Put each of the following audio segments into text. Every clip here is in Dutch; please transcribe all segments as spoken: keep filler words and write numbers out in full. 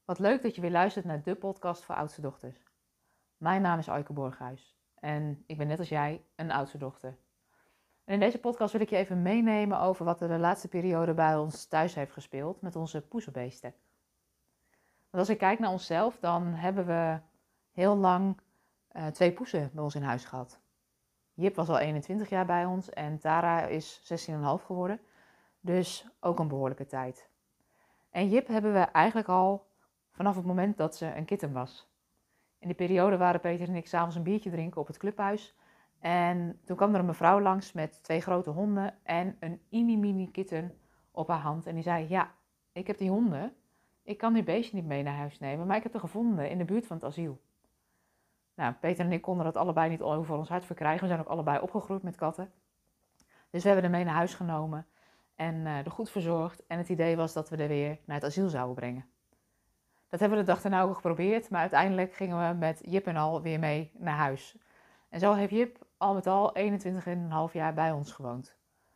Wat leuk dat je weer luistert naar de podcast voor oudste dochters. Mijn naam is Aike Borghuis en ik ben net als jij een oudste dochter. En in deze podcast wil ik je even meenemen over wat er de laatste periode bij ons thuis heeft gespeeld met onze poezelbeesten. Want als ik kijk naar onszelf, dan hebben we heel lang uh, twee poezen bij ons in huis gehad. Jip was al eenentwintig jaar bij ons en Tara is zestien komma vijf geworden, dus ook een behoorlijke tijd. En Jip hebben we eigenlijk al vanaf het moment dat ze een kitten was. In die periode waren Peter en ik s'avonds een biertje drinken op het clubhuis. En toen kwam er een mevrouw langs met twee grote honden en een mini-mini kitten op haar hand. En die zei, ja, ik heb die honden. Ik kan die beestje niet mee naar huis nemen, maar ik heb er gevonden in de buurt van het asiel. Nou, Peter en ik konden dat allebei niet over ons hart verkrijgen. We zijn ook allebei opgegroeid met katten. Dus we hebben er mee naar huis genomen en uh, er goed verzorgd. En het idee was dat we er weer naar het asiel zouden brengen. Dat hebben we de dag daarna ook geprobeerd, maar uiteindelijk gingen we met Jip en al weer mee naar huis. En zo heeft Jip al met al eenentwintig komma vijf jaar bij ons gewoond.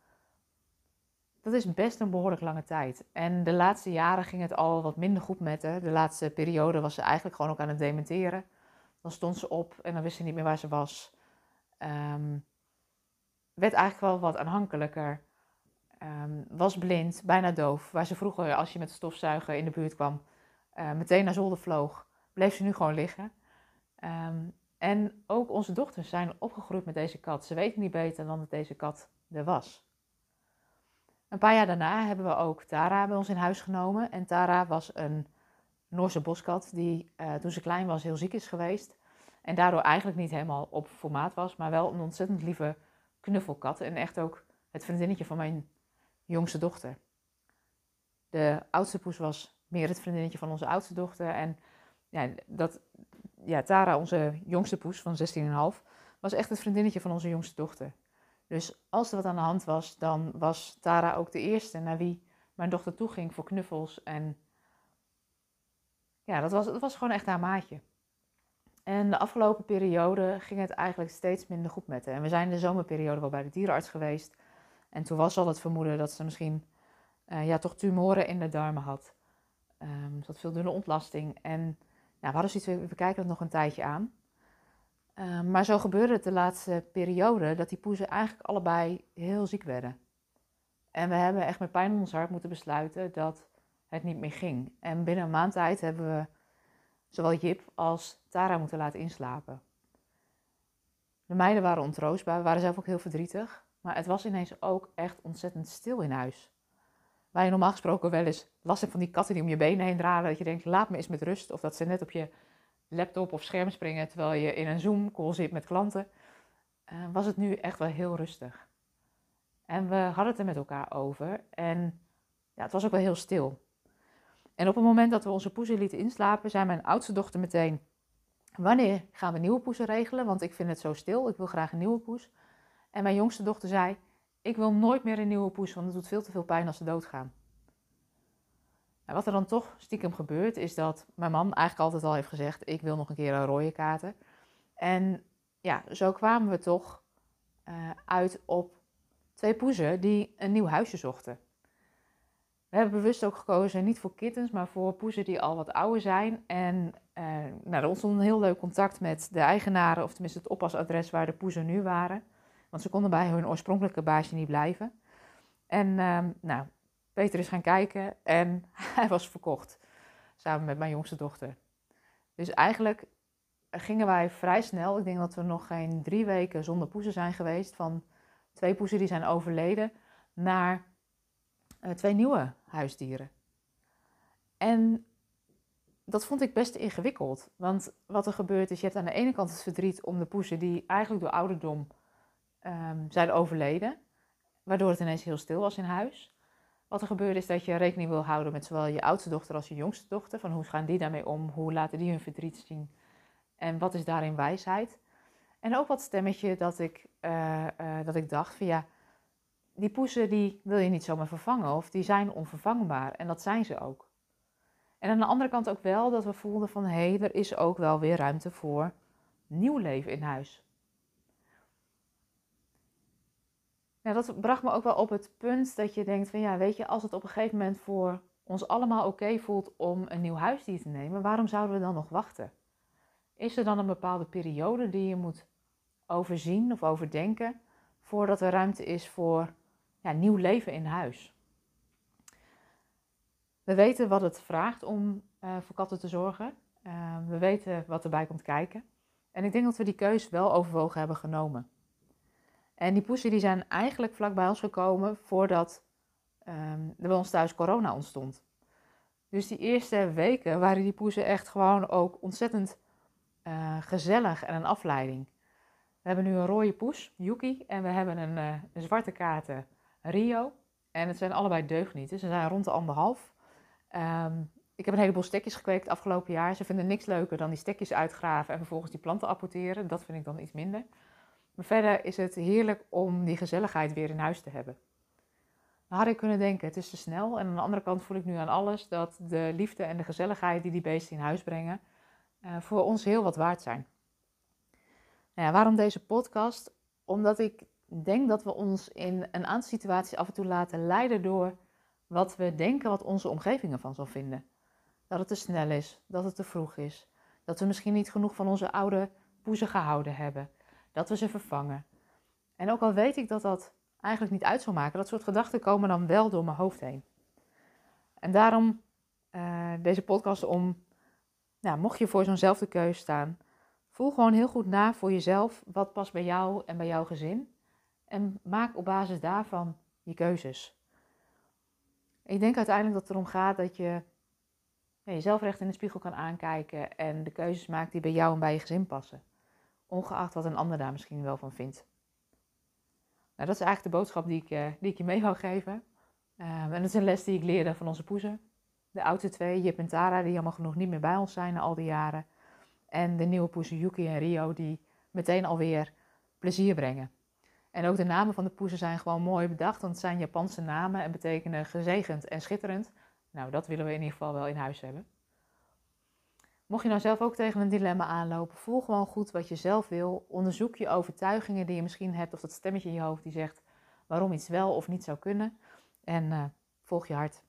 Dat is best een behoorlijk lange tijd. En de laatste jaren ging het al wat minder goed met haar. De laatste periode was ze eigenlijk gewoon ook aan het dementeren. Dan stond ze op en dan wist ze niet meer waar ze was. Um, werd eigenlijk wel wat aanhankelijker. Um, was blind, bijna doof. Waar ze vroeger, als je met de stofzuiger in de buurt kwam, Uh, meteen naar zolder vloog, bleef ze nu gewoon liggen. Um, en ook onze dochters zijn opgegroeid met deze kat. Ze weten niet beter dan dat deze kat er was. Een paar jaar daarna hebben we ook Tara bij ons in huis genomen. En Tara was een Noorse boskat die uh, toen ze klein was heel ziek is geweest. En daardoor eigenlijk niet helemaal op formaat was, maar wel een ontzettend lieve knuffelkat. En echt ook het vriendinnetje van mijn jongste dochter. De oudste poes was meer het vriendinnetje van onze oudste dochter. En ja, dat, ja, Tara, onze jongste poes van zestien komma vijf, was echt het vriendinnetje van onze jongste dochter. Dus als er wat aan de hand was, dan was Tara ook de eerste naar wie mijn dochter toe ging voor knuffels. En ja, dat was, dat was gewoon echt haar maatje. En de afgelopen periode ging het eigenlijk steeds minder goed met haar. En we zijn de zomerperiode wel bij de dierenarts geweest. En toen was al het vermoeden dat ze misschien uh, ja, toch tumoren in de darmen had. Um, ze had veel dunne ontlasting. En nou, we hadden zoiets, we kijken het nog een tijdje aan. Um, maar zo gebeurde het de laatste periode dat die poezen eigenlijk allebei heel ziek werden. En we hebben echt met pijn in ons hart moeten besluiten dat het niet meer ging. En binnen een maand tijd hebben we zowel Jip als Tara moeten laten inslapen. De meiden waren ontroostbaar, we waren zelf ook heel verdrietig. Maar het was ineens ook echt ontzettend stil in huis. Waar je normaal gesproken wel eens last hebt van die katten die om je benen heen draaien. Dat je denkt, laat me eens met rust. Of dat ze net op je laptop of scherm springen terwijl je in een Zoom-call zit met klanten. Uh, was het nu echt wel heel rustig. En we hadden het er met elkaar over. En ja, het was ook wel heel stil. En op het moment dat we onze poezen lieten inslapen, zei mijn oudste dochter meteen, wanneer gaan we nieuwe poezen regelen? Want ik vind het zo stil, ik wil graag een nieuwe poes. En mijn jongste dochter zei, ik wil nooit meer een nieuwe poes, want het doet veel te veel pijn als ze doodgaan. En wat er dan toch stiekem gebeurt, is dat mijn man eigenlijk altijd al heeft gezegd, ik wil nog een keer een rode kater. En ja, zo kwamen we toch uh, uit op twee poezen die een nieuw huisje zochten. We hebben bewust ook gekozen, niet voor kittens, maar voor poezen die al wat ouder zijn. En uh, nou, er ontstond een heel leuk contact met de eigenaren, of tenminste het oppasadres waar de poezen nu waren. Want ze konden bij hun oorspronkelijke baasje niet blijven. En uh, nou, Peter is gaan kijken en hij was verkocht. Samen met mijn jongste dochter. Dus eigenlijk gingen wij vrij snel, ik denk dat we nog geen drie weken zonder poezen zijn geweest. Van twee poezen die zijn overleden naar uh, twee nieuwe huisdieren. En dat vond ik best ingewikkeld. Want wat er gebeurt is, je hebt aan de ene kant het verdriet om de poezen die eigenlijk door ouderdom um, zijn overleden. Waardoor het ineens heel stil was in huis. Wat er gebeurt is dat je rekening wil houden met zowel je oudste dochter als je jongste dochter. Van hoe gaan die daarmee om? Hoe laten die hun verdriet zien? En wat is daarin wijsheid? En ook wat stemmetje dat ik, uh, uh, dat ik dacht van ja, die poezen die wil je niet zomaar vervangen. Of die zijn onvervangbaar. En dat zijn ze ook. En aan de andere kant ook wel dat we voelden van hé, hey, er is ook wel weer ruimte voor nieuw leven in huis. Nou, dat bracht me ook wel op het punt dat je denkt van ja, weet je, als het op een gegeven moment voor ons allemaal oké voelt om een nieuw huisdier te nemen, waarom zouden we dan nog wachten? Is er dan een bepaalde periode die je moet overzien of overdenken voordat er ruimte is voor ja, nieuw leven in huis? We weten wat het vraagt om uh, voor katten te zorgen. Uh, we weten wat erbij komt kijken. En ik denk dat we die keus wel overwogen hebben genomen. En die poesen die zijn eigenlijk vlak bij ons gekomen voordat um, er bij ons thuis corona ontstond. Dus die eerste weken waren die poesen echt gewoon ook ontzettend uh, gezellig en een afleiding. We hebben nu een rode poes, Yuki, en we hebben een, uh, een zwarte kater, Rio. En het zijn allebei deugnieten, ze zijn rond de anderhalf. Um, ik heb een heleboel stekjes gekweekt afgelopen jaar. Ze vinden niks leuker dan die stekjes uitgraven en vervolgens die planten apporteren. Dat vind ik dan iets minder. Maar verder is het heerlijk om die gezelligheid weer in huis te hebben. Dan had ik kunnen denken, het is te snel. En aan de andere kant voel ik nu aan alles dat de liefde en de gezelligheid die die beesten in huis brengen, uh, voor ons heel wat waard zijn. Nou ja, waarom deze podcast? Omdat ik denk dat we ons in een aantal situaties af en toe laten leiden door wat we denken wat onze omgeving ervan zal vinden. Dat het te snel is, dat het te vroeg is, dat we misschien niet genoeg van onze oude poezen gehouden hebben, dat we ze vervangen. En ook al weet ik dat dat eigenlijk niet uit zal maken, dat soort gedachten komen dan wel door mijn hoofd heen. En daarom uh, deze podcast om, nou, mocht je voor zo'nzelfde keuze staan, voel gewoon heel goed na voor jezelf wat past bij jou en bij jouw gezin. En maak op basis daarvan je keuzes. Ik denk uiteindelijk dat het erom gaat dat je ja, jezelf recht in de spiegel kan aankijken en de keuzes maakt die bij jou en bij je gezin passen. Ongeacht wat een ander daar misschien wel van vindt. Nou, dat is eigenlijk de boodschap die ik, uh, die ik je mee wou geven. Uh, en dat is een les die ik leerde van onze poezen. De oudste twee, Jip en Tara, die jammer genoeg niet meer bij ons zijn na al die jaren. En de nieuwe poezen Yuki en Rio, die meteen alweer plezier brengen. En ook de namen van de poezen zijn gewoon mooi bedacht, want het zijn Japanse namen en betekenen gezegend en schitterend. Nou, dat willen we in ieder geval wel in huis hebben. Mocht je nou zelf ook tegen een dilemma aanlopen, voel gewoon goed wat je zelf wil. Onderzoek je overtuigingen die je misschien hebt of dat stemmetje in je hoofd die zegt waarom iets wel of niet zou kunnen. En uh, volg je hart.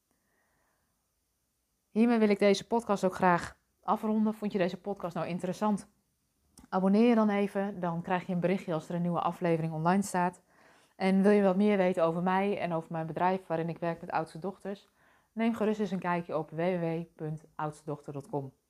Hiermee wil ik deze podcast ook graag afronden. Vond je deze podcast nou interessant? Abonneer je dan even, dan krijg je een berichtje als er een nieuwe aflevering online staat. En wil je wat meer weten over mij en over mijn bedrijf waarin ik werk met oudste dochters? Neem gerust eens een kijkje op w w w punt oudstedochter punt com.